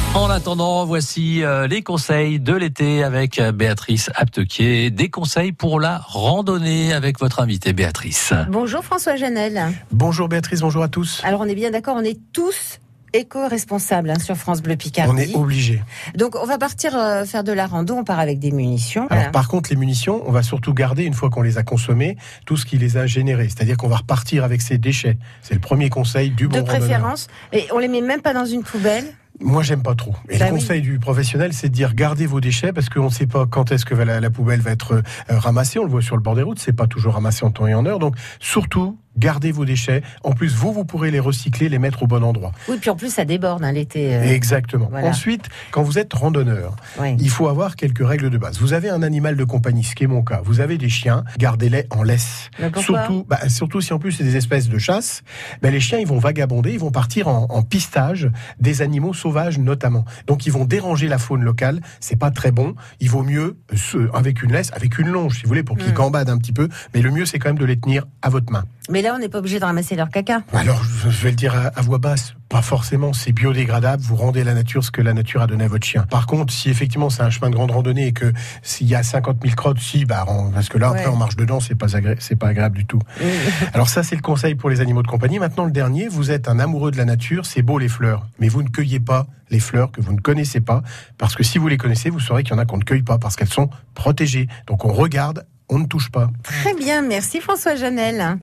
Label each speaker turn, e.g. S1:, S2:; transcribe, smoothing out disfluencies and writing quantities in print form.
S1: En attendant, voici les conseils de l'été avec Béatrice Aptequier. Des conseils pour la randonnée avec votre invitée Béatrice.
S2: Bonjour François Janel.
S3: Bonjour Béatrice, bonjour à tous.
S2: Alors on est bien d'accord, on est tous éco-responsables sur France Bleu Picardie.
S3: On est obligés.
S2: Donc on va partir faire de la rando, on part avec des munitions.
S3: Alors voilà. Par contre les munitions, on va surtout garder une fois qu'on les a consommées, tout ce qui les a générées. C'est-à-dire qu'on va repartir avec ces déchets. C'est le premier conseil du bon randonneur. De préférence,
S2: et on les met même pas dans une poubelle.
S3: Moi, j'aime pas trop. Et le conseil du professionnel, c'est de dire gardez vos déchets parce qu'on ne sait pas quand est-ce que la poubelle va être ramassée. On le voit sur le bord des routes, c'est pas toujours ramassé en temps et en heure. Donc, surtout, gardez vos déchets. En plus, vous pourrez les recycler, les mettre au bon endroit.
S2: Oui, puis en plus, ça déborde l'été.
S3: Exactement.
S2: Voilà.
S3: Ensuite, quand vous êtes randonneur, il faut avoir quelques règles de base. Vous avez un animal de compagnie, ce qui est mon cas. Vous avez des chiens, gardez-les en laisse. Surtout si en plus c'est des espèces de chasse, les chiens, ils vont vagabonder, ils vont partir en pistage des animaux sauvages notamment. Donc, ils vont déranger la faune locale. C'est pas très bon. Il vaut mieux avec une laisse, avec une longe, si vous voulez, pour qu'ils gambadent un petit peu. Mais le mieux, c'est quand même de les tenir à votre main.
S2: Mais là, on n'est pas obligé de ramasser leur caca.
S3: Alors, je vais le dire à voix basse, pas forcément, c'est biodégradable, vous rendez à la nature ce que la nature a donné à votre chien. Par contre, si effectivement c'est un chemin de grande randonnée et que s'il y a 50 000 crottes, parce que là, après, on marche dedans, c'est pas agréable du tout. Alors ça, c'est le conseil pour les animaux de compagnie. Maintenant, le dernier, vous êtes un amoureux de la nature, c'est beau les fleurs, mais vous ne cueillez pas les fleurs que vous ne connaissez pas, parce que si vous les connaissez, vous saurez qu'il y en a qu'on ne cueille pas, parce qu'elles sont protégées. Donc on regarde, on ne touche pas.
S2: Très bien, merci François Janel.